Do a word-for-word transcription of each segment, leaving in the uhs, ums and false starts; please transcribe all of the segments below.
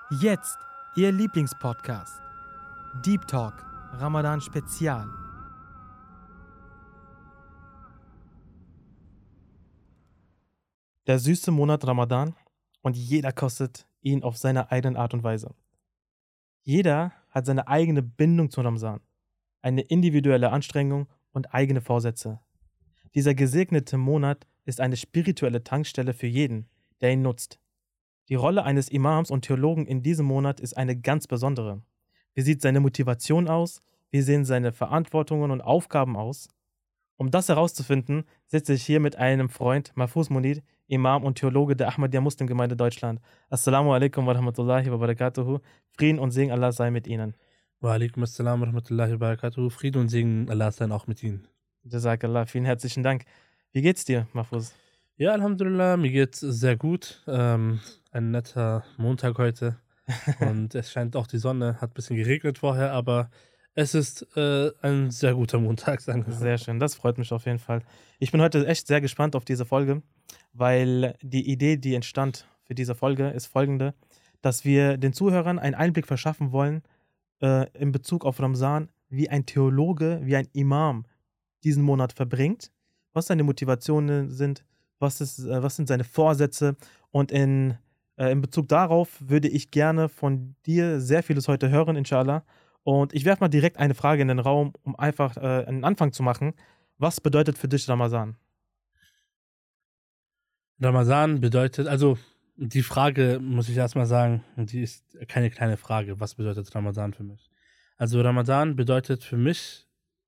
Jetzt Ihr Lieblingspodcast. Deep Talk, Ramadan Spezial. Der süße Monat Ramadan und jeder kostet ihn auf seine eigene Art und Weise. Jeder hat seine eigene Bindung zu Ramazan, eine individuelle Anstrengung und eigene Vorsätze. Dieser gesegnete Monat ist eine spirituelle Tankstelle für jeden, der ihn nutzt. Die Rolle eines Imams und Theologen in diesem Monat ist eine ganz besondere. Wie sieht seine Motivation aus? Wie sehen seine Verantwortungen und Aufgaben aus? Um das herauszufinden, sitze ich hier mit einem Freund, Mahfouz Mounir, Imam und Theologe der Ahmadiyya Muslimgemeinde Deutschland. Assalamu alaikum wa rahmatullahi wa barakatuhu. Frieden und Segen Allah sei mit Ihnen. Wa alaikum assalam wa rahmatullahi wa barakatuhu. Frieden und Segen Allah sein auch mit Ihnen. Jazakallah, vielen herzlichen Dank. Wie geht's dir, Mahfouz? Ja, Alhamdulillah, mir geht's sehr gut. Ähm, ein netter Montag heute. Und es scheint auch die Sonne, hat ein bisschen geregnet vorher, aber es ist äh, ein sehr guter Montag, sagen wir. Sehr schön, das freut mich auf jeden Fall. Ich bin heute echt sehr gespannt auf diese Folge, weil die Idee, die entstand für diese Folge, ist folgende, dass wir den Zuhörern einen Einblick verschaffen wollen äh, in Bezug auf Ramazan, wie ein Theologe, wie ein Imam diesen Monat verbringt, was seine Motivationen sind, was, ist, äh, was sind seine Vorsätze und in, äh, in Bezug darauf würde ich gerne von dir sehr vieles heute hören, inshallah. Und ich werfe mal direkt eine Frage in den Raum, um einfach äh, einen Anfang zu machen. Was bedeutet für dich Ramazan? Ramazan bedeutet, also die Frage, muss ich erstmal sagen, die ist keine kleine Frage. Was bedeutet Ramazan für mich? Also Ramazan bedeutet für mich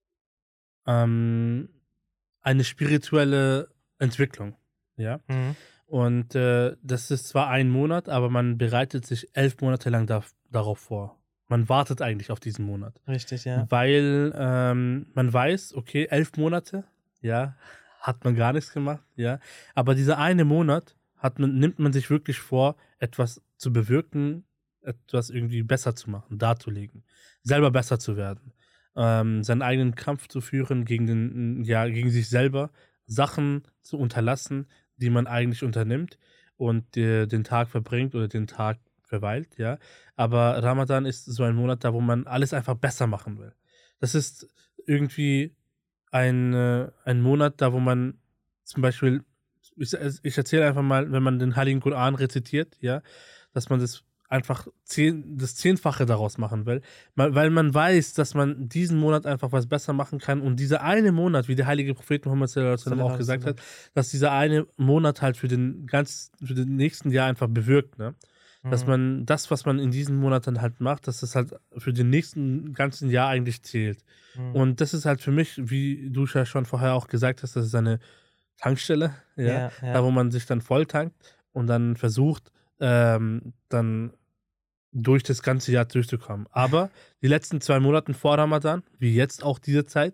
ähm, eine spirituelle Entwicklung. Ja. Mhm. Und äh, das ist zwar ein Monat, aber man bereitet sich elf Monate lang da, darauf vor. Man wartet eigentlich auf diesen Monat. Richtig, ja. Weil ähm, man weiß, okay, elf Monate, ja, hat man gar nichts gemacht, ja. Aber dieser eine Monat hat man, nimmt man sich wirklich vor, etwas zu bewirken, etwas irgendwie besser zu machen, darzulegen, selber besser zu werden, ähm, seinen eigenen Kampf zu führen gegen den, ja, gegen sich selber, Sachen zu unterlassen, die man eigentlich unternimmt und äh, den Tag verbringt oder den Tag verweilt, ja. Aber Ramadan ist so ein Monat da, wo man alles einfach besser machen will. Das ist irgendwie ein, äh, ein Monat da, wo man zum Beispiel, ich, ich erzähle einfach mal, wenn man den Heiligen Koran rezitiert, ja, dass man das einfach zehn, das Zehnfache daraus machen will, weil man weiß, dass man diesen Monat einfach was besser machen kann und dieser eine Monat, wie der heilige Prophet Muhammad sallallahu alaihi wasallam auch gesagt hat, dass dieser eine Monat halt für den ganz, für den nächsten Jahr einfach bewirkt, ne? Dass man das, was man in diesen Monaten halt macht, dass das halt für den nächsten ganzen Jahr eigentlich zählt. Mhm. Und das ist halt für mich, wie du ja schon vorher auch gesagt hast, das ist eine Tankstelle, ja, ja, ja. Da wo man sich dann voll tankt und dann versucht, ähm, dann durch das ganze Jahr durchzukommen. Aber die letzten zwei Monate vor Ramadan, wie jetzt auch diese Zeit,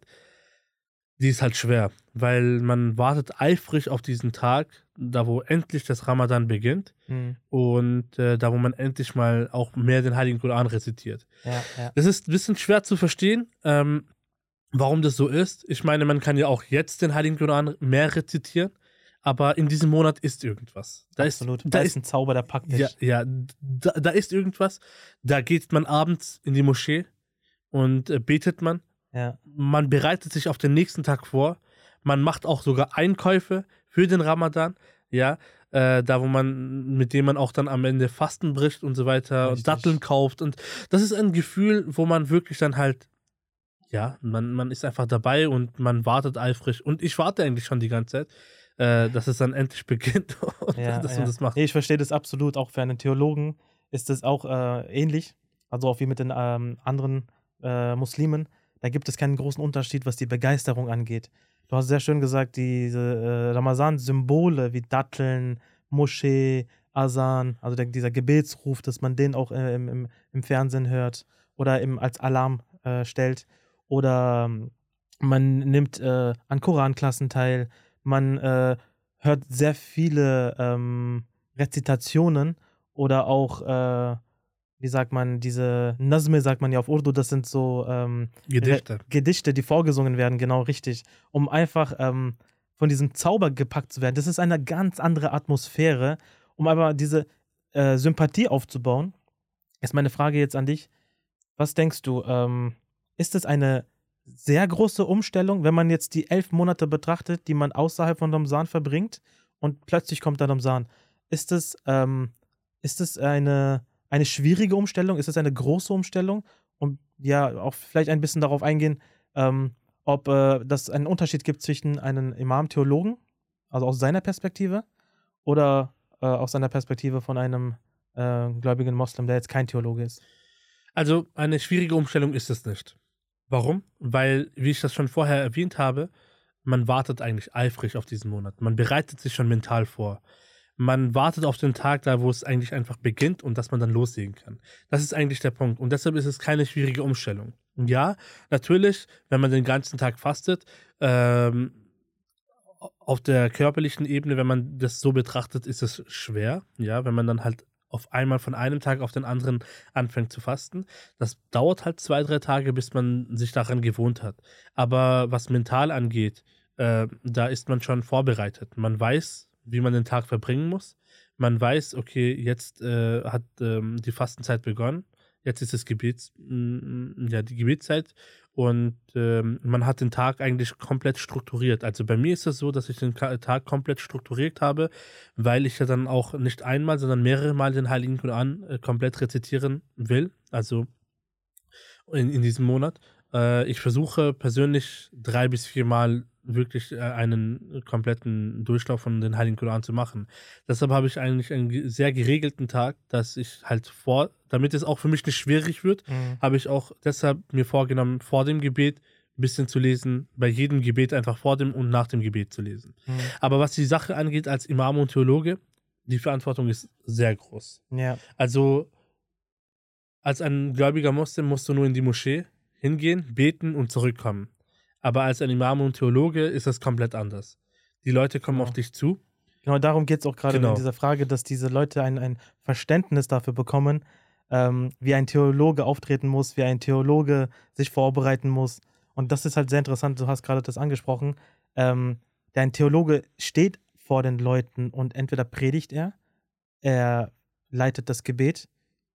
die ist halt schwer, weil man wartet eifrig auf diesen Tag, da wo endlich das Ramadan beginnt mhm. und äh, da wo man endlich mal auch mehr den Heiligen Koran rezitiert. Ja, ja. Das ist ein bisschen schwer zu verstehen, ähm, warum das so ist. Ich meine, man kann ja auch jetzt den Heiligen Koran mehr rezitieren, aber in diesem Monat ist irgendwas. Da Absolut, ist, da, da ist ein Zauber, der packt dich. Ja, ja da, da ist irgendwas. Da geht man abends in die Moschee und äh, betet man. Ja. Man bereitet sich auf den nächsten Tag vor. Man macht auch sogar Einkäufe für den Ramadan, ja, äh, da wo man, mit dem man auch dann am Ende Fasten bricht und so weiter und Datteln kauft. Und das ist ein Gefühl, wo man wirklich dann halt, ja, man, man ist einfach dabei und man wartet eifrig. Und ich warte eigentlich schon die ganze Zeit, äh, dass es dann endlich beginnt und ja, dass ja. man das macht. Ich verstehe das absolut. Auch für einen Theologen ist das auch äh, ähnlich. Also auch wie mit den ähm, anderen äh, Muslimen. Da gibt es keinen großen Unterschied, was die Begeisterung angeht. Du hast sehr schön gesagt, diese äh, Ramazan-Symbole wie Datteln, Moschee, Asan, also der, dieser Gebetsruf, dass man den auch äh, im, im, im Fernsehen hört oder im, als Alarm äh, stellt. Oder ähm, man nimmt äh, an Koranklassen teil. Man äh, hört sehr viele ähm, Rezitationen oder auch äh, wie sagt man, diese Nazme, sagt man ja auf Urdu, das sind so ähm, Gedichte. Gedichte, die vorgesungen werden, genau richtig, um einfach ähm, von diesem Zauber gepackt zu werden. Das ist eine ganz andere Atmosphäre, um aber diese äh, Sympathie aufzubauen ist meine Frage jetzt an dich. Was denkst du, ähm, ist es eine sehr große Umstellung, wenn man jetzt die elf Monate betrachtet, die man außerhalb von Ramsan verbringt und plötzlich kommt dann Ramsan? Ist es, ähm, ist es eine, eine schwierige Umstellung? Ist es eine große Umstellung? Und ja, auch vielleicht ein bisschen darauf eingehen, ähm, ob äh, das einen Unterschied gibt zwischen einem Imam-Theologen, also aus seiner Perspektive, oder äh, aus seiner Perspektive von einem äh, gläubigen Moslem, der jetzt kein Theologe ist. Also eine schwierige Umstellung ist es nicht. Warum? Weil, wie ich das schon vorher erwähnt habe, man wartet eigentlich eifrig auf diesen Monat. Man bereitet sich schon mental vor. Man wartet auf den Tag da, wo es eigentlich einfach beginnt und dass man dann loslegen kann. Das ist eigentlich der Punkt. Und deshalb ist es keine schwierige Umstellung. Und ja, natürlich, wenn man den ganzen Tag fastet, ähm, auf der körperlichen Ebene, wenn man das so betrachtet, ist es schwer. Ja, wenn man dann halt auf einmal von einem Tag auf den anderen anfängt zu fasten. Das dauert halt zwei, drei Tage, bis man sich daran gewohnt hat. Aber was mental angeht, äh, da ist man schon vorbereitet. Man weiß, wie man den Tag verbringen muss. Man weiß, okay, jetzt äh, hat ähm, die Fastenzeit begonnen. Jetzt ist es Gebets, mm, ja, die Gebetszeit. Und ähm, man hat den Tag eigentlich komplett strukturiert. Also bei mir ist es so, dass ich den Ka- Tag komplett strukturiert habe, weil ich ja dann auch nicht einmal, sondern mehrere Mal den Heiligen Koran äh, komplett rezitieren will. Also in, in diesem Monat. Äh, ich versuche persönlich drei bis vier Mal wirklich äh, einen kompletten Durchlauf von den Heiligen Koran zu machen. Deshalb habe ich eigentlich einen ge- sehr geregelten Tag, dass ich halt vor, damit es auch für mich nicht schwierig wird, Mhm. habe ich auch deshalb mir vorgenommen, vor dem Gebet ein bisschen zu lesen, bei jedem Gebet einfach vor dem und nach dem Gebet zu lesen. Mhm. Aber was die Sache angeht, als Imam und Theologe, die Verantwortung ist sehr groß. Ja. Also als ein gläubiger Muslim musst du nur in die Moschee hingehen, beten und zurückkommen. Aber als ein Imam und Theologe ist das komplett anders. Die Leute kommen Genau. auf dich zu. Genau darum geht es auch gerade Genau. in dieser Frage, dass diese Leute ein, ein Verständnis dafür bekommen, ähm, wie ein Theologe auftreten muss, wie ein Theologe sich vorbereiten muss. Und das ist halt sehr interessant, du hast gerade das angesprochen. Ähm, der ein Theologe steht vor den Leuten und entweder predigt er, er leitet das Gebet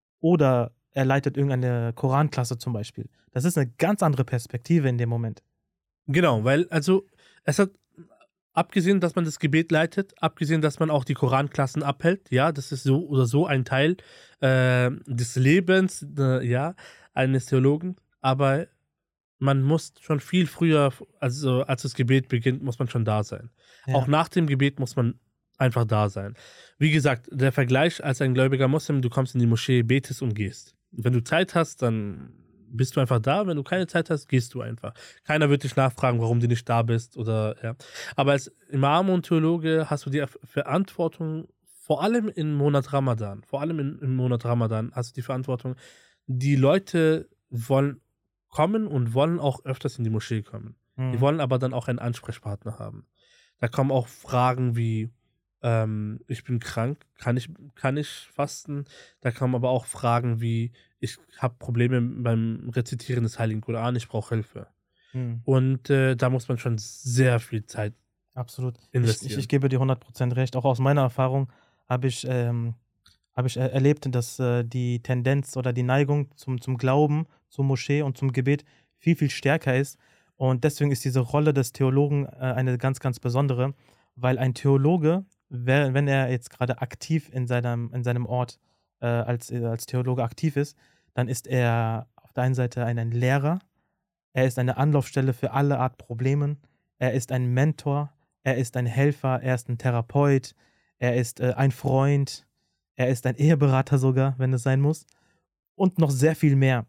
oder er leitet irgendeine Koranklasse zum Beispiel. Das ist eine ganz andere Perspektive in dem Moment. Genau, weil also es hat, abgesehen, dass man das Gebet leitet, abgesehen, dass man auch die Koranklassen abhält, ja, das ist so oder so ein Teil äh, des Lebens, äh, ja, eines Theologen, aber man muss schon viel früher, also als das Gebet beginnt, muss man schon da sein. Ja. Auch nach dem Gebet muss man einfach da sein. Wie gesagt, der Vergleich als ein gläubiger Muslim, du kommst in die Moschee, betest und gehst. Wenn du Zeit hast, dann bist du einfach da. Wenn du keine Zeit hast, gehst du einfach. Keiner wird dich nachfragen, warum du nicht da bist oder ja. Aber als Imam und Theologe hast du die Verantwortung, vor allem im Monat Ramadan, vor allem in, im Monat Ramadan hast du die Verantwortung, die Leute wollen kommen und wollen auch öfters in die Moschee kommen. Mhm. Die wollen aber dann auch einen Ansprechpartner haben. Da kommen auch Fragen wie, ähm, ich bin krank, kann ich, kann ich fasten? Da kommen aber auch Fragen wie, ich habe Probleme beim Rezitieren des Heiligen Koran, ich brauche Hilfe. Mhm. Und äh, da muss man schon sehr viel Zeit Absolut. Ich, investieren. ich, ich gebe dir hundert Prozent recht. Auch aus meiner Erfahrung habe ich, ähm, hab ich er erlebt, dass äh, die Tendenz oder die Neigung zum, zum Glauben, zur Moschee und zum Gebet viel, viel stärker ist. Und deswegen ist diese Rolle des Theologen äh, eine ganz, ganz besondere, weil ein Theologe, wer- wenn er jetzt gerade aktiv in seinem, in seinem Ort äh, als, äh, als Theologe aktiv ist, dann ist er auf der einen Seite ein, ein Lehrer, er ist eine Anlaufstelle für alle Art Problemen, er ist ein Mentor, er ist ein Helfer, er ist ein Therapeut, er ist äh, ein Freund, er ist ein Eheberater sogar, wenn es sein muss, und noch sehr viel mehr.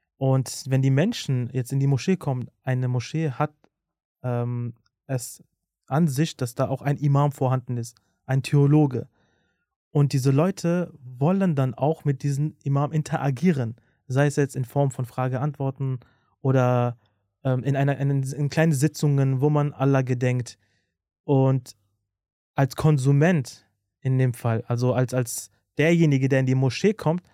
Und wenn die Menschen jetzt in die Moschee kommen, eine Moschee hat ähm, es an sich, dass da auch ein Imam vorhanden ist, ein Theologe. Und diese Leute wollen dann auch mit diesem Imam interagieren, sei es jetzt in Form von Frage-Antworten oder ähm, in, einer, in, in kleinen Sitzungen, wo man Allah gedenkt. Und als Konsument in dem Fall, also als, als derjenige, der in die Moschee kommt,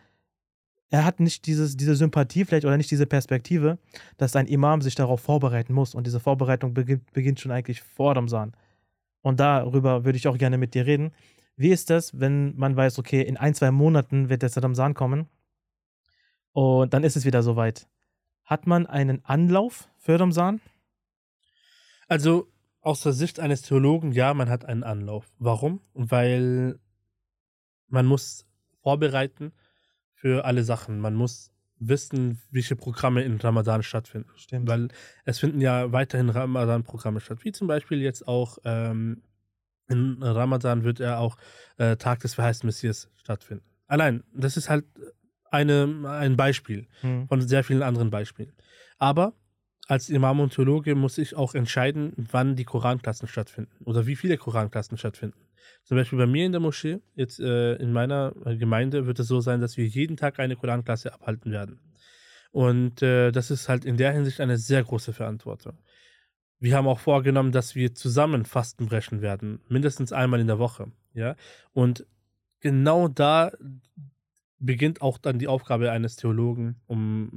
er hat nicht dieses, diese Sympathie vielleicht oder nicht diese Perspektive, dass ein Imam sich darauf vorbereiten muss. Und diese Vorbereitung beginnt, beginnt schon eigentlich vor Ramsan. Und darüber würde ich auch gerne mit dir reden. Wie ist das, wenn man weiß, okay, in ein, zwei Monaten wird der Ramsan kommen Und dann ist es wieder soweit. Hat man einen Anlauf für Ramsan? Also aus der Sicht eines Theologen, ja, man hat einen Anlauf. Warum? Weil man muss vorbereiten für alle Sachen. Man muss wissen, welche Programme in Ramadan stattfinden. Stimmt. Weil es finden ja weiterhin Ramadan-Programme statt. Wie zum Beispiel jetzt auch ähm, in Ramadan wird ja auch äh, Tag des verheißten Messias stattfinden. Allein, das ist halt eine, ein Beispiel Hm. von sehr vielen anderen Beispielen. Aber als Imam und Theologe muss ich auch entscheiden, wann die Koranklassen stattfinden oder wie viele Koranklassen stattfinden. Zum Beispiel bei mir in der Moschee, jetzt äh, in meiner Gemeinde, wird es so sein, dass wir jeden Tag eine Koranklasse abhalten werden. Und äh, das ist halt in der Hinsicht eine sehr große Verantwortung. Wir haben auch vorgenommen, dass wir zusammen Fasten brechen werden, mindestens einmal in der Woche. Ja? Und genau da beginnt auch dann die Aufgabe eines Theologen, um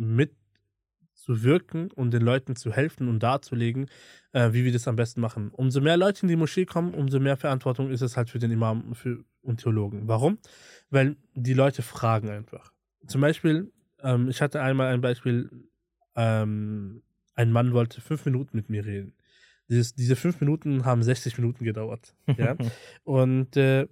mitzuwirken und den Leuten zu helfen und darzulegen, äh, wie wir das am besten machen. Umso mehr Leute in die Moschee kommen, umso mehr Verantwortung ist es halt für den Imam für, und Theologen. Warum? Weil die Leute fragen einfach. Zum Beispiel, ähm, ich hatte einmal ein Beispiel, ähm, ein Mann wollte fünf Minuten mit mir reden. Dieses, diese fünf Minuten haben sechzig Minuten gedauert. Ja? Und äh,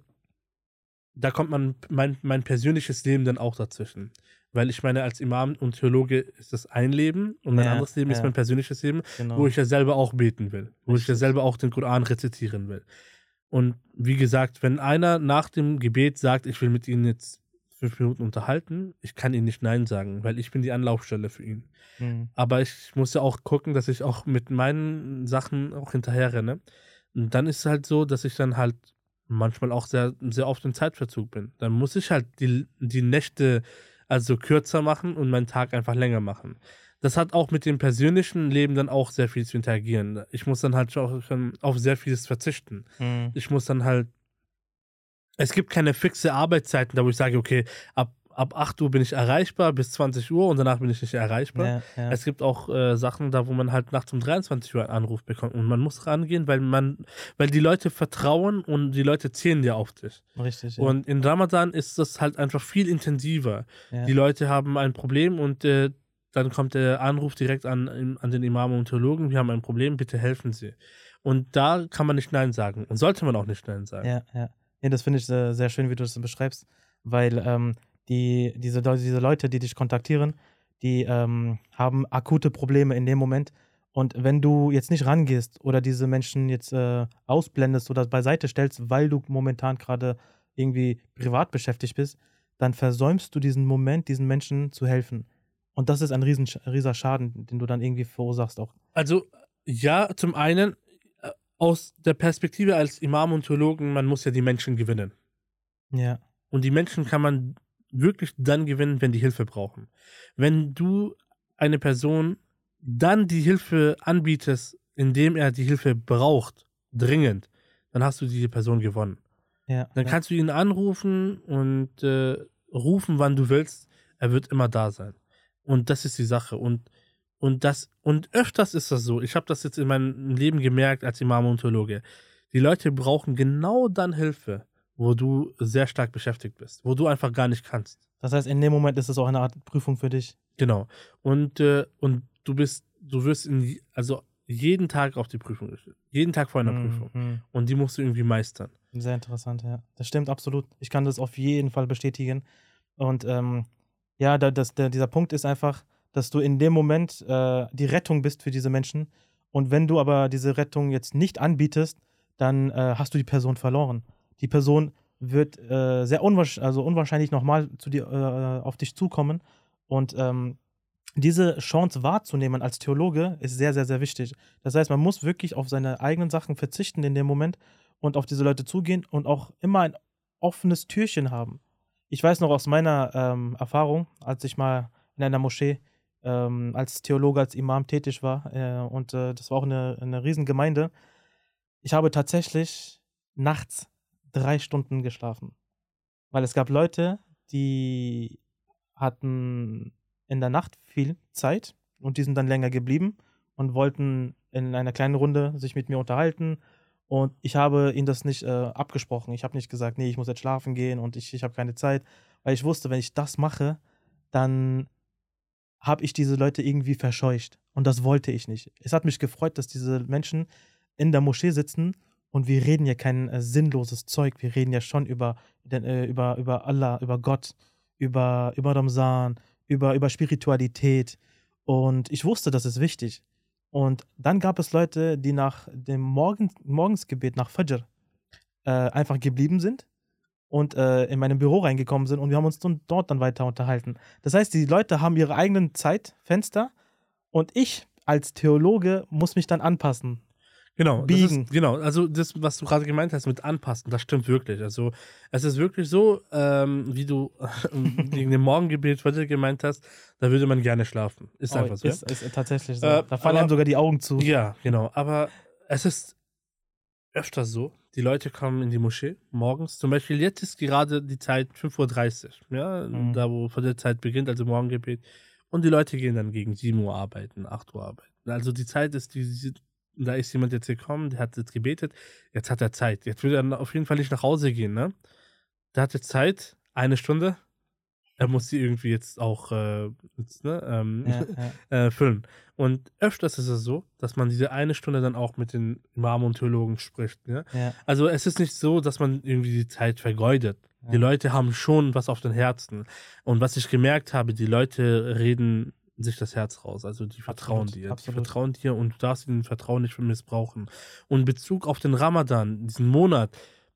da kommt man mein, mein persönliches Leben dann auch dazwischen. Weil ich meine, als Imam und Theologe ist das ein Leben und mein Ja, anderes Leben ist ja. mein persönliches Leben, Genau. wo ich ja selber auch beten will, wo ich ja Richtig. selber auch den Koran rezitieren will. Und wie gesagt, wenn einer nach dem Gebet sagt, ich will mit Ihnen jetzt fünf Minuten unterhalten, ich kann ihm nicht Nein sagen, weil ich bin die Anlaufstelle für ihn. Hm. Aber ich muss ja auch gucken, dass ich auch mit meinen Sachen auch hinterher renne. Und dann ist es halt so, dass ich dann halt manchmal auch sehr, sehr oft im Zeitverzug bin. Dann muss ich halt die, die Nächte also kürzer machen und meinen Tag einfach länger machen. Das hat auch mit dem persönlichen Leben dann auch sehr viel zu interagieren. Ich muss dann halt auch schon auf sehr vieles verzichten. Hm. Ich muss dann halt, es gibt keine fixe Arbeitszeiten, da wo ich sage, okay, ab, ab acht Uhr bin ich erreichbar bis zwanzig Uhr und danach bin ich nicht erreichbar. Ja, ja. Es gibt auch äh, Sachen da, wo man halt nachts um dreiundzwanzig Uhr einen Anruf bekommt und man muss rangehen, weil man, weil die Leute vertrauen und die Leute zählen ja auf dich. Richtig, ja. Und in Ramadan ist das halt einfach viel intensiver. Ja. Die Leute haben ein Problem und äh, dann kommt der Anruf direkt an, an den Imam und Theologen, wir haben ein Problem, bitte helfen Sie. Und da kann man nicht Nein sagen und sollte man auch nicht Nein sagen. Ja, ja. Ja, das finde ich äh, sehr schön, wie du das beschreibst, weil ähm, die, diese, Leu- diese Leute, die dich kontaktieren, die ähm, haben akute Probleme in dem Moment. Und wenn du jetzt nicht rangehst oder diese Menschen jetzt äh, ausblendest oder beiseite stellst, weil du momentan gerade irgendwie privat beschäftigt bist, dann versäumst du diesen Moment, diesen Menschen zu helfen. Und das ist ein riesen, rieser Schaden, den du dann irgendwie verursachst auch. Also, ja, zum einen, äh, aus der Perspektive als Imam und Theologen, man muss ja die Menschen gewinnen. Ja, Und die Menschen kann man wirklich dann gewinnen, wenn die Hilfe brauchen. Wenn du eine Person dann die Hilfe anbietest, indem er die Hilfe braucht, dringend, dann hast du diese Person gewonnen. ja. Dann ja. kannst du ihn anrufen und äh, rufen, wann du willst. Er wird immer da sein. Und das ist die Sache. Und, und, das, und öfters ist das so. Ich habe das jetzt in meinem Leben gemerkt als Imam und Theologe. Die Leute brauchen genau dann Hilfe, wo du sehr stark beschäftigt bist, wo du einfach gar nicht kannst. Das heißt, in dem Moment ist es auch eine Art Prüfung für dich. Genau. Und, äh, und du bist, du wirst in, je- also jeden Tag auf die Prüfung gestellt. Jeden Tag vor einer Mhm, Prüfung. mhm. Und die musst du irgendwie meistern. Sehr interessant, ja. Das stimmt absolut. Ich kann das auf jeden Fall bestätigen. Und ähm, ja, da, das, der, dieser Punkt ist einfach, dass du in dem Moment äh, die Rettung bist für diese Menschen. Und wenn du aber diese Rettung jetzt nicht anbietest, dann äh, hast du die Person verloren. Die Person wird äh, sehr unwahrsch also unwahrscheinlich nochmal zu dir, äh, auf dich zukommen. Und ähm, diese Chance wahrzunehmen als Theologe ist sehr, sehr, sehr wichtig. Das heißt, man muss wirklich auf seine eigenen Sachen verzichten in dem Moment und auf diese Leute zugehen und auch immer ein offenes Türchen haben. Ich weiß noch aus meiner ähm, Erfahrung, als ich mal in einer Moschee ähm, als Theologe, als Imam tätig war, äh, und äh, das war auch eine, eine Riesengemeinde. Ich habe tatsächlich nachts drei Stunden geschlafen. Weil es gab Leute, die hatten in der Nacht viel Zeit und die sind dann länger geblieben und wollten in einer kleinen Runde sich mit mir unterhalten. Und ich habe ihnen das nicht äh, abgesprochen. Ich habe nicht gesagt, nee, ich muss jetzt schlafen gehen und ich, ich habe keine Zeit. Weil ich wusste, wenn ich das mache, dann habe ich diese Leute irgendwie verscheucht. Und das wollte ich nicht. Es hat mich gefreut, dass diese Menschen in der Moschee sitzen und wir reden ja kein äh, sinnloses Zeug. Wir reden ja schon über, den, äh, über, über Allah, über Gott, über, über Ramzan, über, über Spiritualität. Und ich wusste, das ist wichtig. Und dann gab es Leute, die nach dem Morgen, Morgensgebet, nach Fajr, äh, einfach geblieben sind und äh, in meinem Büro reingekommen sind und wir haben uns dann dort dann weiter unterhalten. Das heißt, die Leute haben ihre eigenen Zeitfenster und ich als Theologe muss mich dann anpassen. Genau, das Biegen. ist, genau, also das, was du gerade gemeint hast mit anpassen, das stimmt wirklich. Also es ist wirklich so, ähm, wie du wegen dem Morgengebet heute gemeint hast, da würde man gerne schlafen. Ist Oh, einfach so. ist, ist tatsächlich so. Äh, Da fallen aber- einem sogar die Augen zu. Ja, genau, aber es ist öfter so, die Leute kommen in die Moschee morgens, zum Beispiel jetzt ist gerade die Zeit fünf Uhr dreißig, ja, Mhm. da wo von der Zeit beginnt, also Morgengebet, und die Leute gehen dann gegen sieben Uhr arbeiten, acht Uhr arbeiten. Also die Zeit ist, die, die da ist jemand jetzt gekommen, der hat jetzt gebetet, jetzt hat er Zeit. Jetzt will er auf jeden Fall nicht nach Hause gehen, ne? Der hat jetzt Zeit, eine Stunde. Er muss sie irgendwie jetzt auch äh, jetzt, ne, ähm, Ja, ja. äh, füllen. Und öfters ist es so, dass man diese eine Stunde dann auch mit den Imamen und Theologen spricht. Ne? Ja, Also es ist nicht so, dass man irgendwie die Zeit vergeudet. Die Ja. Leute haben schon was auf den Herzen. Und was ich gemerkt habe, die Leute reden sich das Herz raus. Also die vertrauen Absolut, dir. absolut. Die vertrauen dir und du darfst ihnen Vertrauen nicht missbrauchen. Und in Bezug auf den Ramadan, diesen Monat,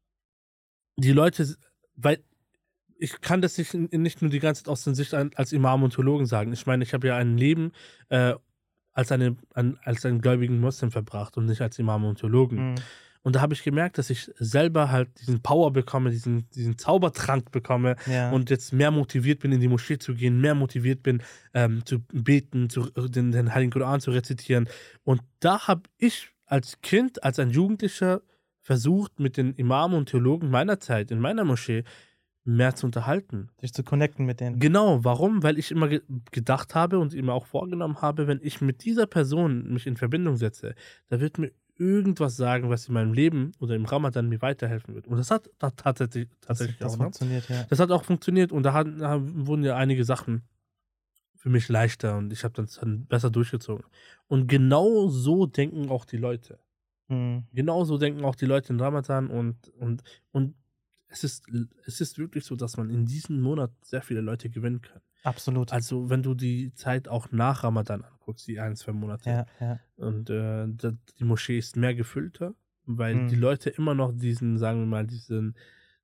die Leute, weil ich kann das nicht, nicht nur die ganze Zeit aus der Sicht ein- als Imam und Theologen sagen. Ich meine, ich habe ja ein Leben äh, als, eine, ein, als einen gläubigen Muslim verbracht und nicht als Imam und Theologen. Mhm. Und da habe ich gemerkt, dass ich selber halt diesen Power bekomme, diesen, diesen Zaubertrank bekomme Ja. und jetzt mehr motiviert bin, in die Moschee zu gehen, mehr motiviert bin, ähm, zu beten, zu, den, den Heiligen Koran zu rezitieren. Und da habe ich als Kind, als ein Jugendlicher versucht, mit den Imamen und Theologen meiner Zeit in meiner Moschee mehr zu unterhalten. Dich zu connecten mit denen. Genau, warum? Weil ich immer ge gedacht habe und immer auch vorgenommen habe, wenn ich mit dieser Person mich in Verbindung setze, da wird mir irgendwas sagen, was in meinem Leben oder im Ramadan mir weiterhelfen wird. Und das hat, hat tatsächlich, Das, tatsächlich das auch, ne? funktioniert, ja. Das hat auch funktioniert und da, hat, da wurden ja einige Sachen für mich leichter und ich habe das dann besser durchgezogen. Und genau so denken auch die Leute. Mhm. Genau so denken auch die Leute in Ramadan und, und, und es ist, es ist wirklich so, dass man in diesem Monat sehr viele Leute gewinnen kann. Absolut. Also, wenn du die Zeit auch nach Ramadan anguckst, die ein, zwei Monate, Ja, ja. und äh, da, die Moschee ist mehr gefüllter, weil Mhm. die Leute immer noch diesen, sagen wir mal, diesen,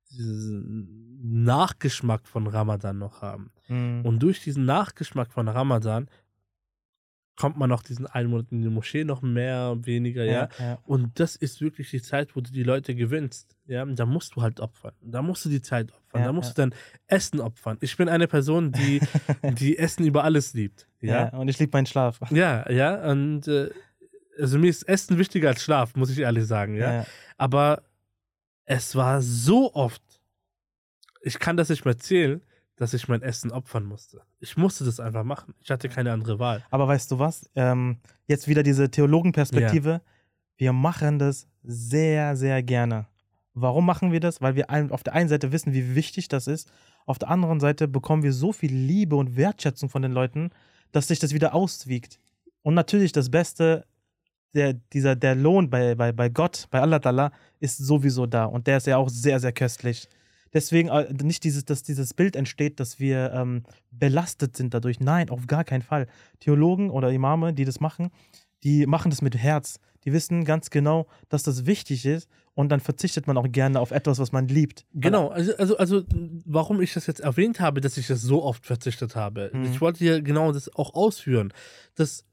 diesen Nachgeschmack von Ramadan noch haben. Mhm. Und durch diesen Nachgeschmack von Ramadan kommt man noch diesen einen Monat in die Moschee noch mehr, weniger, ja. ja, ja. Und das ist wirklich die Zeit, wo du die Leute gewinnst. Ja, da musst du halt opfern. Da musst du die Zeit opfern. Ja, da musst ja. du dein Essen opfern. Ich bin eine Person, die, die Essen über alles liebt. ja. Ja, Und ich liebe meinen Schlaf. ja, ja. Und äh, also mir ist Essen wichtiger als Schlaf, muss ich ehrlich sagen. Ja, Ja. aber es war so oft, ich kann das nicht mehr zählen, dass ich mein Essen opfern musste. Ich musste das einfach machen. Ich hatte keine andere Wahl. Aber weißt du was? Ähm, jetzt wieder diese Theologenperspektive. Wir machen das sehr, sehr gerne. Warum machen wir das? Weil wir ein, auf der einen Seite wissen, wie wichtig das ist. Auf der anderen Seite bekommen wir so viel Liebe und Wertschätzung von den Leuten, dass sich das wieder auswiegt. Und natürlich das Beste, der, dieser, der Lohn bei, bei, bei Gott, bei Allah Ta'ala, ist sowieso da. Und der ist ja auch sehr, sehr köstlich. Deswegen äh, nicht dieses, dass dieses Bild entsteht, dass wir ähm, belastet sind dadurch. Nein, auf gar keinen Fall. Theologen oder Imame, die das machen, die machen das mit Herz. Die wissen ganz genau, dass das wichtig ist und dann verzichtet man auch gerne auf etwas, was man liebt. Genau, also, also, also warum ich das jetzt erwähnt habe, dass ich das so oft verzichtet habe. Mhm. Ich wollte hier genau das auch ausführen. Dass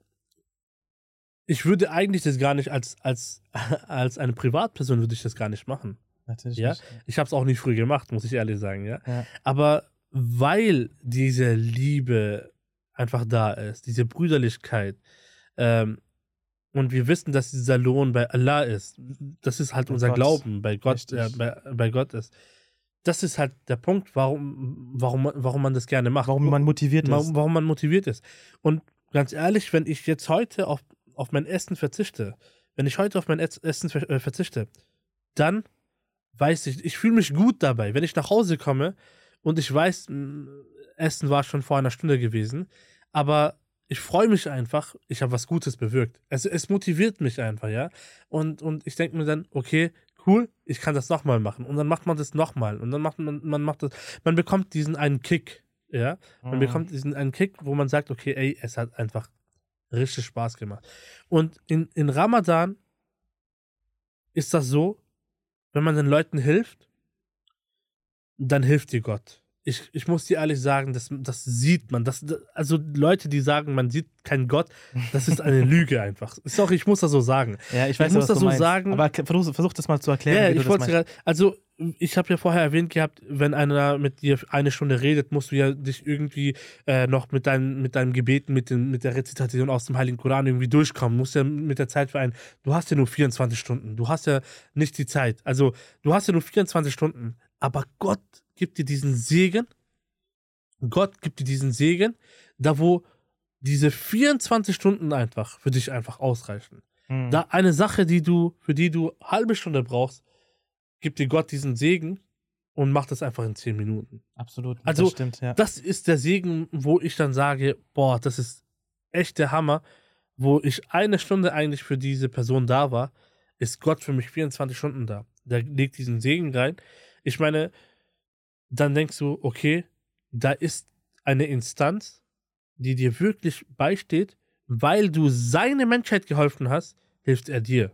ich würde eigentlich das gar nicht als, als, als eine Privatperson würde ich das gar nicht machen. Natürlich Ja? nicht. Ich habe es auch nicht früh gemacht, muss ich ehrlich sagen, ja. Ja. Aber weil diese Liebe einfach da ist, diese Brüderlichkeit, ähm, und wir wissen, dass dieser Lohn bei Allah ist, das ist halt Bei unser Gott. Glauben, bei Gott, äh, Richtig. bei, bei Gott ist. Das ist halt der Punkt, warum, warum, man- warum man das gerne macht. Warum man motiviert warum, ist. warum man motiviert ist. Und ganz ehrlich, wenn ich jetzt heute auf, auf mein Essen verzichte, wenn ich heute auf mein Ess- Essen ver äh, verzichte, dann weiß ich, ich fühle mich gut dabei. Wenn ich nach Hause komme und ich weiß, mh, Essen war schon vor einer Stunde gewesen, aber ich freue mich einfach, ich habe was Gutes bewirkt. Es, es motiviert mich einfach, ja. Und, und ich denke mir dann, okay, cool, ich kann das nochmal machen. Und dann macht man das nochmal. Und dann macht man, man macht das, man bekommt diesen einen Kick, ja. Man Mhm. bekommt diesen einen Kick, wo man sagt, okay, ey, es hat einfach richtig Spaß gemacht. Und in, in Ramadan ist das so, wenn man den Leuten hilft, dann hilft dir Gott. Ich, ich muss dir ehrlich sagen, das, das sieht man. Das, das, also Leute, die sagen, man sieht keinen Gott, das ist eine Lüge einfach. Sorry, ich muss das so sagen. Ja, ich weiß, ich muss was das du so meinst. sagen. Aber versuch, versuch das mal zu erklären, Ja, wie du ich das wollte meinst. gerade, also ich habe ja vorher erwähnt gehabt, wenn einer mit dir eine Stunde redet, musst du ja dich irgendwie äh, noch mit deinem mit deinem Gebeten, mit, den, mit der Rezitation aus dem Heiligen Koran irgendwie durchkommen. Musst ja mit der Zeit vereinen. Du hast ja nur vierundzwanzig Stunden. Du hast ja nicht die Zeit. Also du hast ja nur vierundzwanzig Stunden. Aber Gott gibt dir diesen Segen. Gott gibt dir diesen Segen, da wo diese vierundzwanzig Stunden einfach für dich einfach ausreichen. Mhm. Da eine Sache, die du, für die du halbe Stunde brauchst, gibt dir Gott diesen Segen und macht das einfach in zehn Minuten. Absolut, Also, das stimmt, ja. Das ist der Segen, wo ich dann sage, boah, das ist echt der Hammer, wo ich eine Stunde eigentlich für diese Person da war, ist Gott für mich vierundzwanzig Stunden da. Der legt diesen Segen rein. Ich meine, dann denkst du, okay, da ist eine Instanz, die dir wirklich beisteht, weil du seine Menschheit geholfen hast, hilft er dir.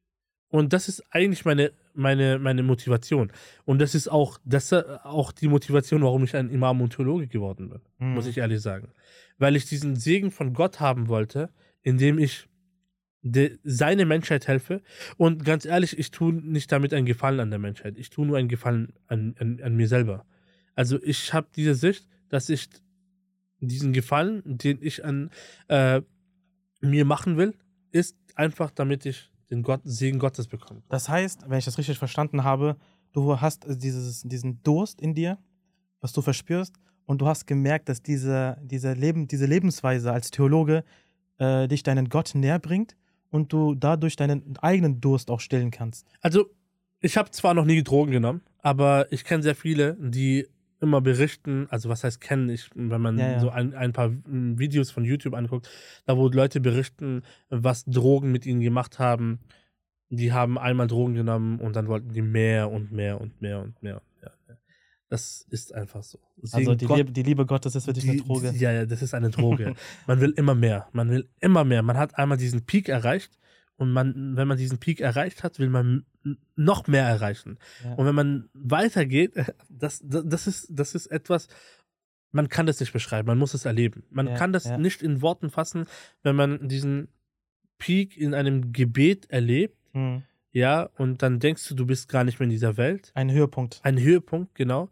Und das ist eigentlich meine, meine, meine Motivation. Und das ist auch, das ist auch die Motivation, warum ich ein Imam und Theologe geworden bin, Mhm. muss ich ehrlich sagen. Weil ich diesen Segen von Gott haben wollte, indem ich de, seine Menschheit helfe. Und ganz ehrlich, ich tue nicht damit einen Gefallen an der Menschheit. Ich tue nur einen Gefallen an, an, an mir selber. Also ich habe diese Sicht, dass ich diesen Gefallen, den ich an äh, mir machen will, ist einfach, damit ich den Gott, Segen Gottes bekomme. Das heißt, wenn ich das richtig verstanden habe, du hast dieses, diesen Durst in dir, was du verspürst, und du hast gemerkt, dass diese, diese, Leben, diese Lebensweise als Theologe äh, dich deinen Gott näher bringt und du dadurch deinen eigenen Durst auch stillen kannst. Also, ich habe zwar noch nie Drogen genommen, aber ich kenne sehr viele, die immer berichten, also was heißt kennen, ich, wenn man Ja, ja. so ein, ein paar Videos von YouTube anguckt, da wo Leute berichten, was Drogen mit ihnen gemacht haben. Die haben einmal Drogen genommen und dann wollten die mehr und mehr und mehr und mehr und mehr. Das ist einfach so. Deswegen Also die, Gott, Liebe, die Liebe Gottes ist für dich eine die, Droge. Die, ja, ja, das ist eine Droge. Man will immer mehr. Man will immer mehr. Man hat einmal diesen Peak erreicht und man, wenn man diesen Peak erreicht hat, will man noch mehr erreichen. Ja. Und wenn man weitergeht, das, das, das, ist, das ist etwas, man kann das nicht beschreiben, man muss es erleben. Man Ja, kann das ja. nicht in Worten fassen, wenn man diesen Peak in einem Gebet erlebt, Hm. ja, und dann denkst du, du bist gar nicht mehr in dieser Welt. Ein Höhepunkt. Ein Höhepunkt, genau.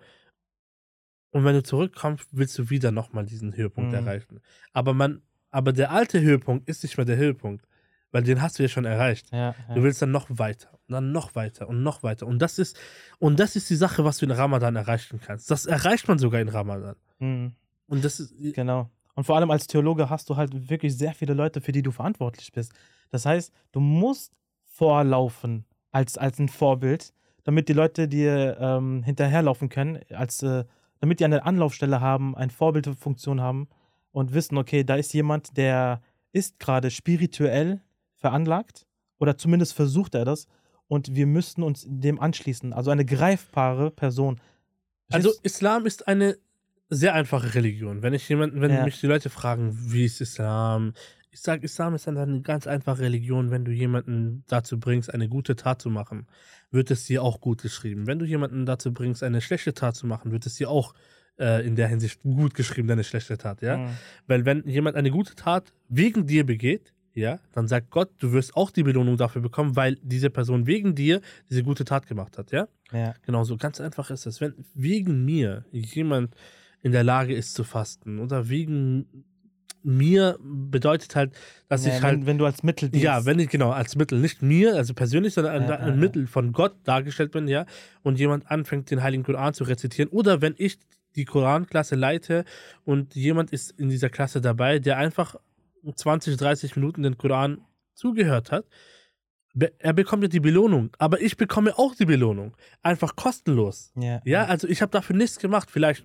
Und wenn du zurückkommst, willst du wieder nochmal diesen Höhepunkt Mhm. erreichen. Aber man, aber der alte Höhepunkt ist nicht mehr der Höhepunkt, weil den hast du ja schon erreicht. Ja, ja. Du willst dann noch weiter und dann noch weiter und noch weiter. Und das ist, und das ist die Sache, was du in Ramadan erreichen kannst. Das erreicht man sogar in Ramadan. Hm. Und das ist, Genau. Und vor allem als Theologe hast du halt wirklich sehr viele Leute, für die du verantwortlich bist. Das heißt, du musst vorlaufen als, als ein Vorbild, damit die Leute dir ähm, hinterherlaufen können, als, äh, damit die eine Anlaufstelle haben, eine Vorbildfunktion haben und wissen, okay, da ist jemand, der ist gerade spirituell veranlagt oder zumindest versucht er das und wir müssten uns dem anschließen. Also eine greifbare Person. also Islam ist eine sehr einfache Religion. Wenn ich jemanden, wenn Ja. mich die Leute fragen, wie ist Islam? Ich sage, Islam ist eine ganz einfache Religion. Wenn du jemanden dazu bringst, eine gute Tat zu machen, wird es dir auch gut geschrieben. Wenn du jemanden dazu bringst, eine schlechte Tat zu machen, wird es dir auch äh, in der Hinsicht gut geschrieben, deine schlechte Tat, ja? Mhm. Weil wenn jemand eine gute Tat wegen dir begeht, ja, dann sagt Gott, du wirst auch die Belohnung dafür bekommen, weil diese Person wegen dir diese gute Tat gemacht hat, ja? Ja. Genau so, ganz einfach ist es. Wenn wegen mir jemand in der Lage ist zu fasten oder wegen mir bedeutet halt, dass Ja, ich halt, wenn, wenn du als Mittel dienst. ja, wenn ich, genau, als Mittel, nicht mir, also persönlich, sondern ein, Ja, ein ja, ja. Mittel von Gott dargestellt bin, ja, und jemand anfängt, den Heiligen Koran zu rezitieren, oder wenn ich die Koranklasse leite und jemand ist in dieser Klasse dabei, der einfach zwanzig, dreißig Minuten den Koran zugehört hat, be- er bekommt ja die Belohnung, aber ich bekomme auch die Belohnung, einfach kostenlos. Ja, Ja, also ich habe dafür nichts gemacht, vielleicht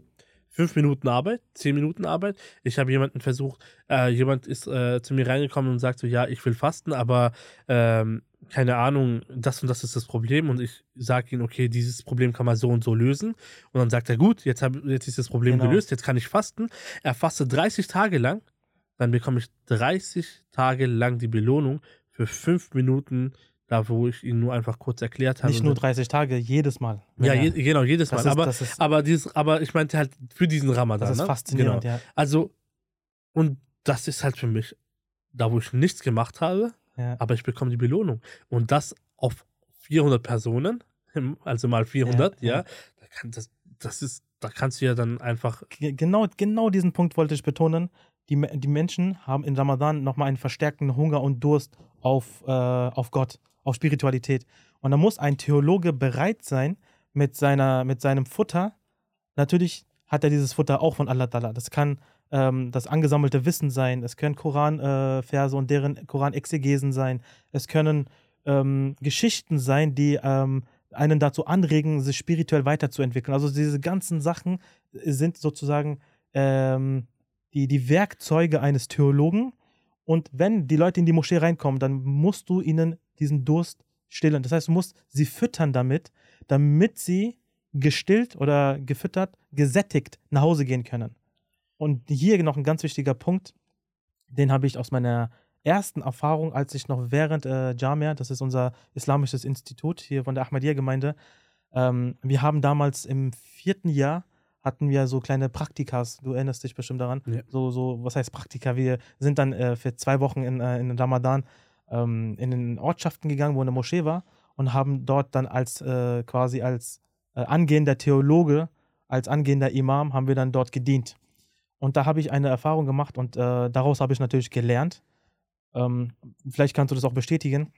fünf Minuten Arbeit, zehn Minuten Arbeit. Ich habe jemanden versucht, äh, jemand ist äh, zu mir reingekommen und sagt so, ja, ich will fasten, aber ähm, keine Ahnung, das und das ist das Problem. Und ich sage ihm, okay, dieses Problem kann man so und so lösen. Und dann sagt er, gut, jetzt, hab, jetzt ist das Problem Genau. gelöst, jetzt kann ich fasten. Er fastet dreißig Tage lang, dann bekomme ich dreißig Tage lang die Belohnung für fünf Minuten, da wo ich ihn nur einfach kurz erklärt habe. Nicht nur dreißig Tage, jedes Mal. Ja, Wenn je, er- genau, jedes das Mal. ist- aber, das ist- aber, dieses, aber ich meinte halt für diesen Ramadan. Das ist ne? faszinierend, Genau. ja. Also, und das ist halt für mich, da wo ich nichts gemacht habe, ja. aber ich bekomme die Belohnung. Und das auf vierhundert Personen, also mal vierhundert, Ja, ja. ja. Da kann, das, das ist, da kannst du ja dann einfach. Ge- Genau, genau diesen Punkt wollte ich betonen. Die, Me- die Menschen haben in Ramadan nochmal einen verstärkten Hunger und Durst auf, äh, auf Gott, auf Spiritualität. Und da muss ein Theologe bereit sein, mit, seiner, mit seinem Futter, natürlich hat er dieses Futter auch von Allah Ta'ala. Das kann ähm, das angesammelte Wissen sein, es können Koranverse äh, Verse und deren Koranexegesen sein, es können ähm, Geschichten sein, die ähm, einen dazu anregen, sich spirituell weiterzuentwickeln. Also diese ganzen Sachen sind sozusagen ähm, die, die Werkzeuge eines Theologen. Und wenn die Leute in die Moschee reinkommen, dann musst du ihnen diesen Durst stillen. Das heißt, du musst sie füttern damit, damit sie gestillt oder gefüttert, gesättigt nach Hause gehen können. Und hier noch ein ganz wichtiger Punkt, den habe ich aus meiner ersten Erfahrung, als ich noch während äh, Jamia, das ist unser islamisches Institut hier von der Ahmadiyya-Gemeinde, ähm, wir haben damals im vierten Jahr hatten wir so kleine Praktikas, du erinnerst dich bestimmt daran, Ja. so, so, was heißt Praktika? Wir sind dann äh, für zwei Wochen in, äh, in Ramadan ähm, in den Ortschaften gegangen, wo eine Moschee war und haben dort dann als äh, quasi als äh, angehender Theologe, als angehender Imam, haben wir dann dort gedient. Und da habe ich eine Erfahrung gemacht und äh, daraus habe ich natürlich gelernt. Ähm, vielleicht kannst du das auch bestätigen.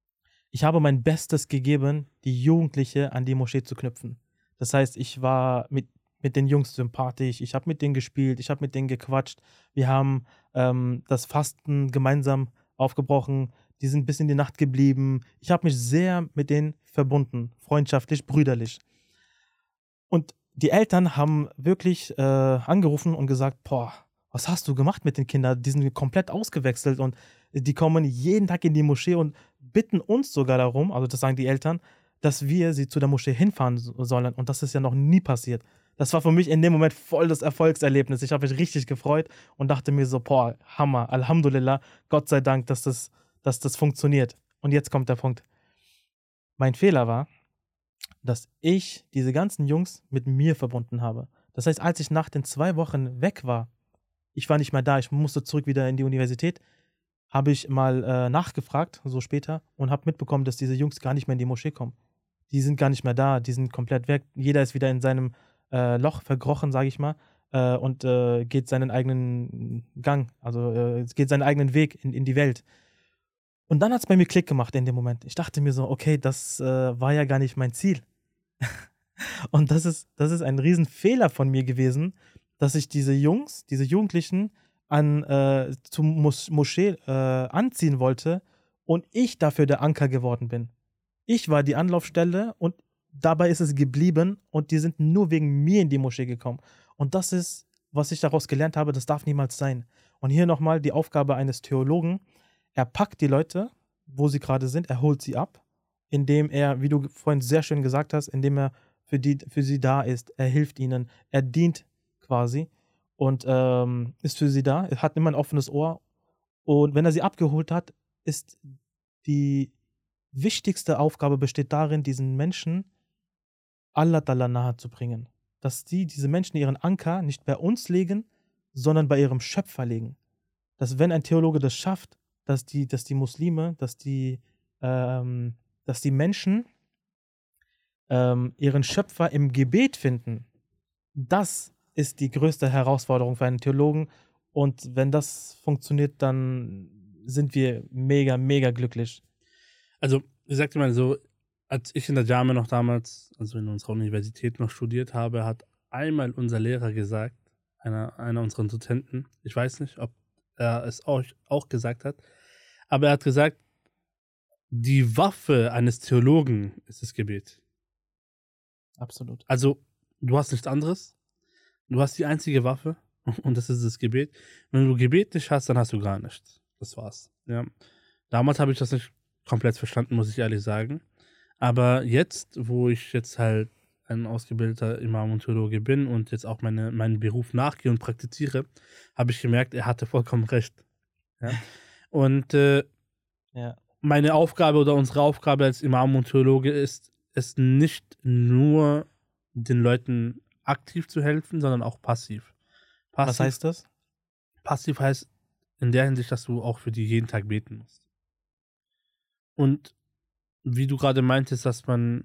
Ich habe mein Bestes gegeben, die Jugendliche an die Moschee zu knüpfen. Das heißt, ich war mit, mit den Jungs sympathisch, ich habe mit denen gespielt, ich habe mit denen gequatscht. Wir haben ähm, das Fasten gemeinsam aufgebrochen, die sind bis in die Nacht geblieben. Ich habe mich sehr mit denen verbunden, freundschaftlich, brüderlich. Und die Eltern haben wirklich äh, angerufen und gesagt, boah, was hast du gemacht mit den Kindern? Die sind komplett ausgewechselt und die kommen jeden Tag in die Moschee und bitten uns sogar darum, also das sagen die Eltern, dass wir sie zu der Moschee hinfahren so- sollen. Und das ist ja noch nie passiert. Das war für mich in dem Moment voll das Erfolgserlebnis. Ich habe mich richtig gefreut und dachte mir so, boah, Hammer, Alhamdulillah, Gott sei Dank, dass das, dass das funktioniert. Und jetzt kommt der Punkt. Mein Fehler war, dass ich diese ganzen Jungs mit mir verbunden habe. Das heißt, als ich nach den zwei Wochen weg war, ich war nicht mehr da, ich musste zurück wieder in die Universität, habe ich mal äh, nachgefragt, so später, und habe mitbekommen, dass diese Jungs gar nicht mehr in die Moschee kommen. Die sind gar nicht mehr da, die sind komplett weg. Jeder ist wieder in seinem äh, Loch verkrochen, sage ich mal, äh, und äh, geht seinen eigenen Gang, also äh, geht seinen eigenen Weg in, in die Welt. Und dann hat es bei mir Klick gemacht in dem Moment. Ich dachte mir so, okay, das äh, war ja gar nicht mein Ziel. Und das ist, das ist ein Riesenfehler von mir gewesen, dass ich diese Jungs, diese Jugendlichen an, äh, zum Mos Moschee äh, anziehen wollte und ich dafür der Anker geworden bin. Ich war die Anlaufstelle und dabei ist es geblieben und die sind nur wegen mir in die Moschee gekommen. Und das ist, was ich daraus gelernt habe, das darf niemals sein. Und hier nochmal die Aufgabe eines Theologen. Er packt die Leute, wo sie gerade sind, er holt sie ab, indem er, wie du vorhin sehr schön gesagt hast, indem er für, die, für sie da ist, er hilft ihnen, er dient quasi und ähm, ist für sie da, er hat immer ein offenes Ohr und wenn er sie abgeholt hat, ist die wichtigste Aufgabe besteht darin, diesen Menschen Allah Ta'ala nahe zu bringen. Dass die, diese Menschen ihren Anker nicht bei uns legen, sondern bei ihrem Schöpfer legen. Dass wenn ein Theologe das schafft, dass die, dass die Muslime, dass die, ähm, dass die Menschen ähm, ihren Schöpfer im Gebet finden, das ist die größte Herausforderung für einen Theologen. Und wenn das funktioniert, dann sind wir mega, mega glücklich. Also, ich sag dir mal so, als ich in der Jamia noch damals, also in unserer Universität noch studiert habe, hat einmal unser Lehrer gesagt, einer, einer unserer Dozenten, ich weiß nicht, ob er es auch, auch gesagt hat, aber er hat gesagt, die Waffe eines Theologen ist das Gebet. Absolut. Also, du hast nichts anderes. Du hast die einzige Waffe und das ist das Gebet. Wenn du Gebet nicht hast, dann hast du gar nichts. Das war's. Ja. Damals habe ich das nicht komplett verstanden, muss ich ehrlich sagen. Aber jetzt, wo ich jetzt halt ein ausgebildeter Imam und Theologe bin und jetzt auch meine, meinen Beruf nachgehe und praktiziere, habe ich gemerkt, er hatte vollkommen recht. Ja. Und äh, Ja. meine Aufgabe oder unsere Aufgabe als Imam und Theologe ist es nicht nur den Leuten aktiv zu helfen, sondern auch passiv. passiv Was heißt das? Passiv heißt in der Hinsicht, dass du auch für die jeden Tag beten musst. Und wie du gerade meintest, dass man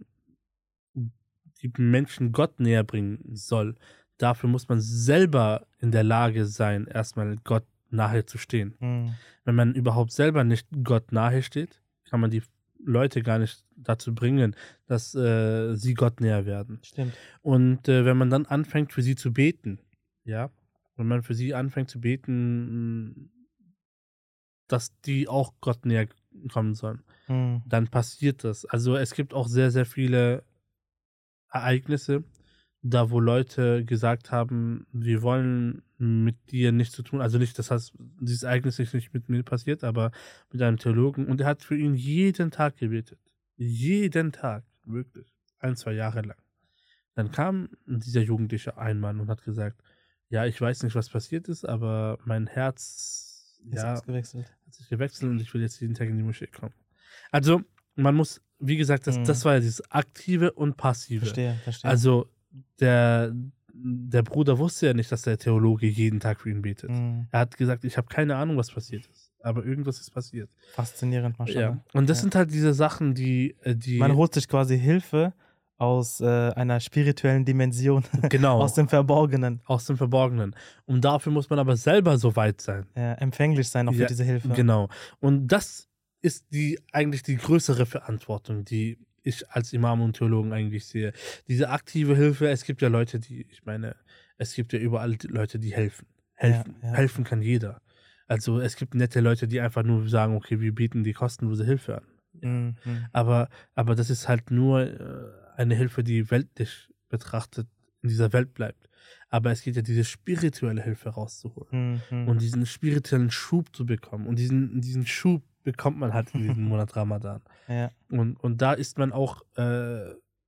die Menschen Gott näher bringen soll, dafür muss man selber in der Lage sein, erstmal Gott nahe zu stehen. Hm. Wenn man überhaupt selber nicht Gott nahe steht, kann man die Leute gar nicht dazu bringen, dass äh, sie Gott näher werden. Stimmt. Und äh, wenn man dann anfängt, für sie zu beten, ja, wenn man für sie anfängt zu beten, dass die auch Gott näher kommen sollen, Hm. dann passiert das. Also es gibt auch sehr, sehr viele Ereignisse, da wo Leute gesagt haben, wir wollen mit dir nichts zu tun, also nicht, das heißt, dieses Ereignis ist nicht mit mir passiert, aber mit einem Theologen, und er hat für ihn jeden Tag gebetet. Jeden Tag, wirklich. Ein, zwei Jahre lang. Dann kam dieser Jugendliche einmal und hat gesagt, ja, ich weiß nicht, was passiert ist, aber mein Herz Ist ja, ausgewechselt. hat sich gewechselt und ich will jetzt jeden Tag in die Moschee kommen. Also, man muss, wie gesagt, das, Mhm. das war ja dieses Aktive und Passive. Verstehe, verstehe. Also, der, der Bruder wusste ja nicht, dass der Theologe jeden Tag für ihn betet. Mhm. Er hat gesagt, ich habe keine Ahnung, was passiert ist. Aber irgendwas ist passiert. Faszinierend, Ja. Maschallah. Und das Ja. sind halt diese Sachen, die, äh, die Man holt sich quasi Hilfe aus äh, einer spirituellen Dimension, genau, aus dem Verborgenen. aus dem Verborgenen. Und dafür muss man aber selber so weit sein. Ja, empfänglich sein auch Ja, für diese Hilfe. Genau. Und das ist die eigentlich die größere Verantwortung, die ich als Imam und Theologen eigentlich sehe. Diese aktive Hilfe, es gibt ja Leute, die, ich meine, es gibt ja überall die Leute, die helfen. Helfen, Ja, ja. helfen kann jeder. Also es gibt nette Leute, die einfach nur sagen, okay, wir bieten die kostenlose Hilfe an. Mhm. Mhm. Aber, aber das ist halt nur äh, eine Hilfe, die weltlich betrachtet in dieser Welt bleibt. Aber es geht ja, diese spirituelle Hilfe rauszuholen Mhm. und diesen spirituellen Schub zu bekommen. Und diesen, diesen Schub bekommt man halt in diesem Monat Ramadan. Ja. Und, und da ist man auch, äh,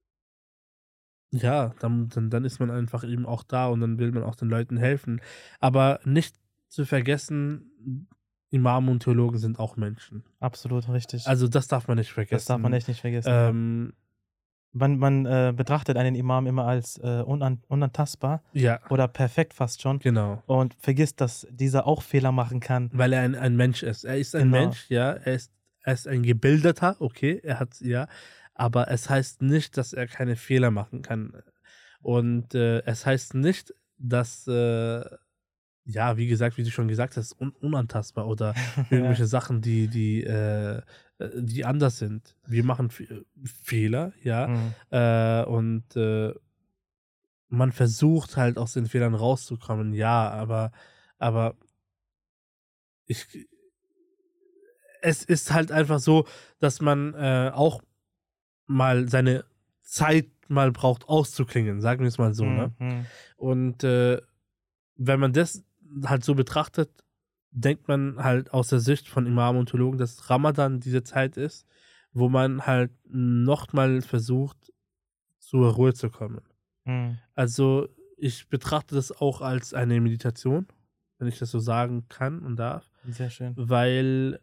ja, dann, dann, dann ist man einfach eben auch da und dann will man auch den Leuten helfen. Aber nicht zu vergessen, Imame und Theologen sind auch Menschen. Absolut richtig. Also das darf man nicht vergessen. das darf man echt nicht vergessen. Ähm, Man, man äh, betrachtet einen Imam immer als äh, unan unantastbar ja, oder perfekt fast schon genau. und vergisst, dass dieser auch Fehler machen kann. Weil er ein, ein Mensch ist. Er ist ein Genau. Mensch, ja. Er ist, er ist ein Gebildeter, okay, er hat, ja. Aber es heißt nicht, dass er keine Fehler machen kann. Und äh, es heißt nicht, dass, äh, ja, wie gesagt, wie du schon gesagt hast, un unantastbar oder irgendwelche Ja. Sachen, die, die, äh, die anders sind. Wir machen Fe- Fehler, ja. Mhm. Äh, und äh, man versucht halt aus den Fehlern rauszukommen, ja, aber, aber ich, es ist halt einfach so, dass man äh, auch mal seine Zeit mal braucht auszuklingen, sagen wir es mal so, ne? Mhm. Und äh, wenn man das halt so betrachtet, denkt man halt aus der Sicht von Imamen und Theologen, dass Ramadan diese Zeit ist, wo man halt nochmal versucht, zur Ruhe zu kommen. Mhm. Also ich betrachte das auch als eine Meditation, wenn ich das so sagen kann und darf, Sehr schön. weil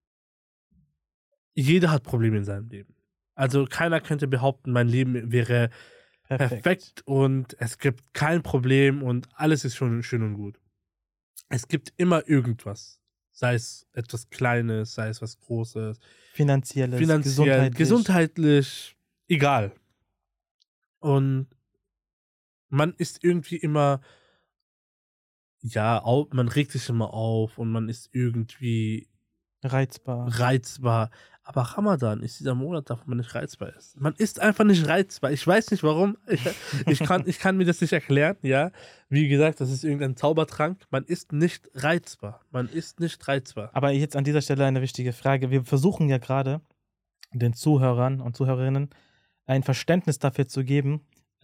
jeder hat Probleme in seinem Leben. Also keiner könnte behaupten, mein Leben wäre perfekt, Perfekt. und es gibt kein Problem und alles ist schon schön und gut. Es gibt immer irgendwas. Sei es etwas Kleines, sei es was Großes, Finanzielles, finanziell, gesundheitlich. gesundheitlich, egal. Und man ist irgendwie immer, ja, au- man regt sich immer auf und man ist irgendwie Reizbar. reizbar. Aber Ramadan ist dieser Monat, da wo man nicht reizbar ist. Man ist einfach nicht reizbar. Ich weiß nicht warum. Ich, ich, kann, ich kann mir das nicht erklären, ja. Wie gesagt, das ist irgendein Zaubertrank. Man ist nicht reizbar. Man ist nicht reizbar. Aber jetzt an dieser Stelle eine wichtige Frage. Wir versuchen ja gerade den Zuhörern und Zuhörerinnen ein Verständnis dafür zu geben,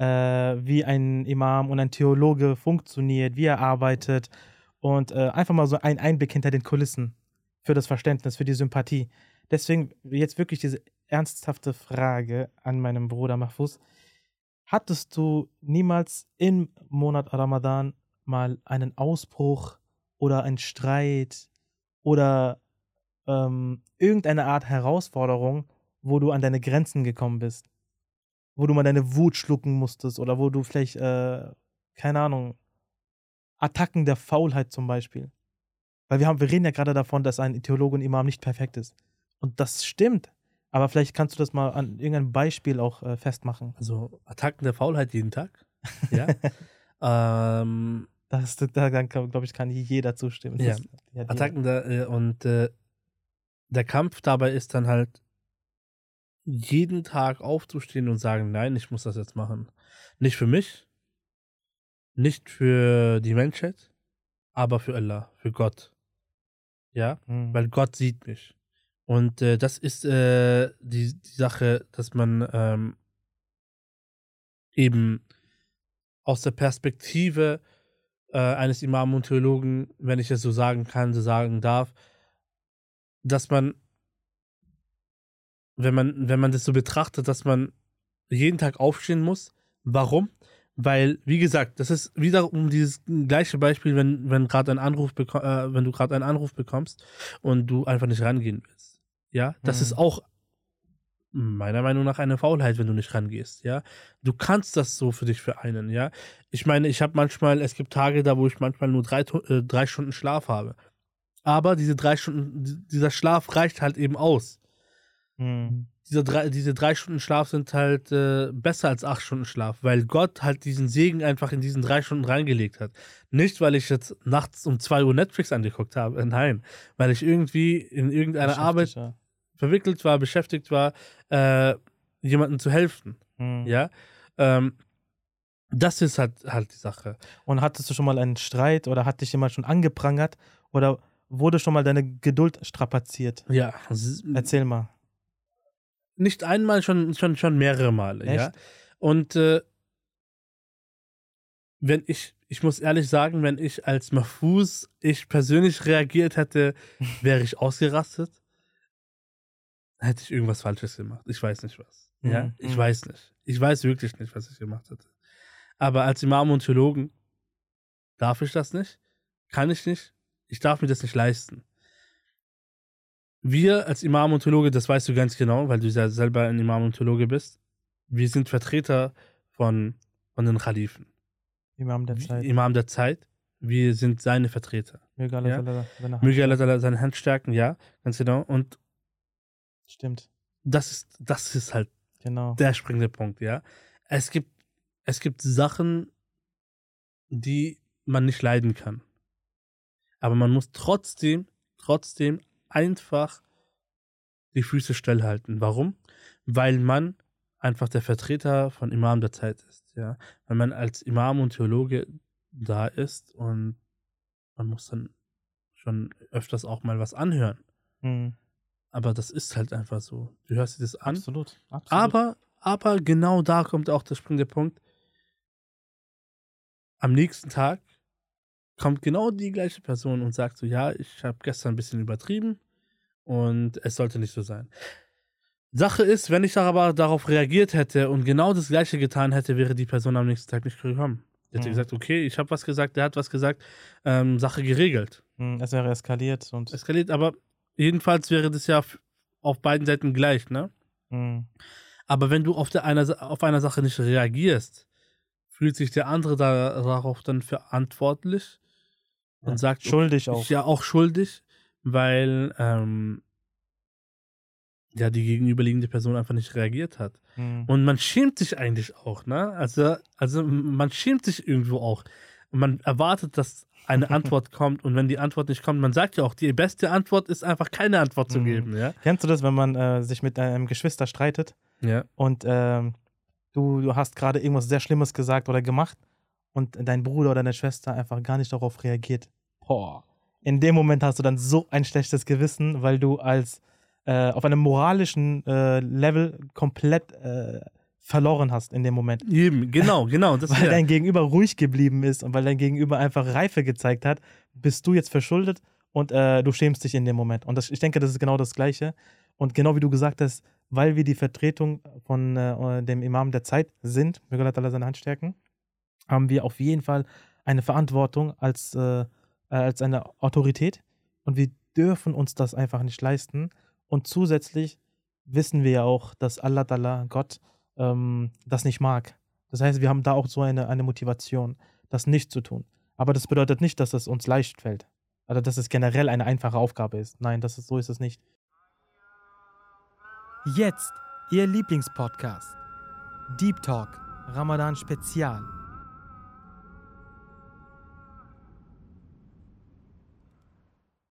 äh, wie ein Imam und ein Theologe funktioniert, wie er arbeitet und äh, einfach mal so einen Einblick hinter den Kulissen für das Verständnis, für die Sympathie. Deswegen jetzt wirklich diese ernsthafte Frage an meinen Bruder Mahfuz. Hattest du niemals im Monat Ramadan mal einen Ausbruch oder einen Streit oder ähm, irgendeine Art Herausforderung, wo du an deine Grenzen gekommen bist? Wo du mal deine Wut schlucken musstest oder wo du vielleicht, äh, keine Ahnung, Attacken der Faulheit zum Beispiel. Weil wir haben, wir reden ja gerade davon, dass ein Theologe und Imam nicht perfekt ist. Und das stimmt. Aber vielleicht kannst du das mal an irgendeinem Beispiel auch äh, festmachen. Also Attacken der Faulheit jeden Tag. Ja. ähm, Das, da glaube ich, kann jeder zustimmen. Ja. Das, ja, Attacken der, äh, und äh, der Kampf dabei ist dann halt, jeden Tag aufzustehen und sagen, nein, ich muss das jetzt machen. Nicht für mich, nicht für die Menschheit, aber für Allah, für Gott. Ja, Mhm. weil Gott sieht mich. Und äh, das ist äh, die, die Sache, dass man ähm, eben aus der Perspektive äh, eines Imam und Theologen, wenn ich es so sagen kann, so sagen darf, dass man, wenn man, wenn man das so betrachtet, dass man jeden Tag aufstehen muss. Warum? Weil, wie gesagt, das ist wiederum dieses gleiche Beispiel, wenn, wenn gerade ein Anruf beko- äh, wenn du gerade einen Anruf bekommst und du einfach nicht rangehen willst. Ja, das Mhm. ist auch meiner Meinung nach eine Faulheit, wenn du nicht rangehst, ja. Du kannst das so für dich vereinen, ja. Ich meine, ich habe manchmal, es gibt Tage da, wo ich manchmal nur drei, äh, drei Stunden Schlaf habe. Aber diese drei Stunden, dieser Schlaf reicht halt eben aus. Mhm. Diese drei, diese drei Stunden Schlaf sind halt äh, besser als acht Stunden Schlaf, weil Gott halt diesen Segen einfach in diesen drei Stunden reingelegt hat. Nicht, weil ich jetzt nachts um zwei Uhr Netflix angeguckt habe, nein, weil ich irgendwie in irgendeiner Arbeit Beschäftigt, ja. verwickelt war, beschäftigt war, äh, jemandem zu helfen. Mhm. Ja, ähm, das ist halt halt die Sache. Und hattest du schon mal einen Streit oder hat dich jemand schon angeprangert oder wurde schon mal deine Geduld strapaziert? Ja, s- Erzähl mal. nicht einmal, schon schon schon mehrere Male. Ja, Echt? und äh, wenn ich, ich muss ehrlich sagen, wenn ich als Mahfuz, ich persönlich reagiert hätte, wäre ich ausgerastet. Hätte ich irgendwas Falsches gemacht. Ich weiß nicht was. Ja, Mhm. ich Mhm. weiß nicht. Ich weiß wirklich nicht, was ich gemacht hätte. Aber als Imam und Theologen darf ich das nicht, kann ich nicht, ich darf mir das nicht leisten. Wir als Imam und Theologe, das weißt du ganz genau, weil du ja selber ein Imam und Theologe bist, wir sind Vertreter von, von den Khalifen. Imam der Wie- Zeit. Imam der Zeit, wir sind seine Vertreter. Möge Allah Ja? Ta'ala seine Hand Möge Allah stärken. Ta'ala seine Hand stärken, ja, ganz genau. Und Stimmt, das ist, das ist halt genau. der springende Punkt, ja. Es gibt, es gibt Sachen, die man nicht leiden kann. Aber man muss trotzdem, trotzdem einfach die Füße stillhalten. Warum? Weil man einfach der Vertreter von Imam der Zeit ist, ja. Weil man als Imam und Theologe da ist und man muss dann schon öfters auch mal was anhören. Mhm. Aber das ist halt einfach so. Du hörst dir das an. Absolut, absolut. Aber, aber genau da kommt auch der springende Punkt. Am nächsten Tag kommt genau die gleiche Person und sagt so, ja, ich habe gestern ein bisschen übertrieben und es sollte nicht so sein. Sache ist, wenn ich aber darauf reagiert hätte und genau das gleiche getan hätte, wäre die Person am nächsten Tag nicht gekommen. Die hätte Mhm. gesagt, okay, ich habe was gesagt, der hat was gesagt, ähm, Sache geregelt. Mhm. Es wäre eskaliert und Eskaliert, aber jedenfalls wäre das ja f- auf beiden Seiten gleich, ne? mhm. Aber wenn du auf, der einer, Sa- auf einer Sache nicht reagierst, fühlt sich der andere da, darauf dann verantwortlich und Ja. sagt, Schuldig okay, auch. ja auch schuldig, weil ähm, ja die gegenüberliegende Person einfach nicht reagiert hat. Mhm. Und man schämt sich eigentlich auch, ne? Also, also man schämt sich irgendwo auch. Und man erwartet, dass eine Antwort kommt und wenn die Antwort nicht kommt, man sagt ja auch, die beste Antwort ist einfach keine Antwort zu Mhm. geben, ja? Kennst du das, wenn man äh, sich mit einem Geschwister streitet Ja. und ähm, du, du hast gerade irgendwas sehr Schlimmes gesagt oder gemacht und dein Bruder oder deine Schwester einfach gar nicht darauf reagiert? Boah. In dem Moment hast du dann so ein schlechtes Gewissen, weil du als äh, auf einem moralischen äh, Level komplett äh, verloren hast in dem Moment. Eben, genau, genau. Das Weil ja. dein Gegenüber ruhig geblieben ist und weil dein Gegenüber einfach Reife gezeigt hat, bist du jetzt verschuldet und äh, du schämst dich in dem Moment. Und das, ich denke, das ist genau das Gleiche. Und genau wie du gesagt hast, weil wir die Vertretung von äh, dem Imam der Zeit sind, möge Allah seine Hand stärken, haben wir auf jeden Fall eine Verantwortung als, äh, als eine Autorität und wir dürfen uns das einfach nicht leisten. Und zusätzlich wissen wir ja auch, dass Allah, Allah Gott, ähm, das nicht mag. Das heißt, wir haben da auch so eine, eine Motivation, das nicht zu tun. Aber das bedeutet nicht, dass es uns leicht fällt. Also, dass es generell eine einfache Aufgabe ist. Nein, das ist, so ist es nicht. Jetzt Ihr Lieblingspodcast. Deep Talk, Ramadan Spezial.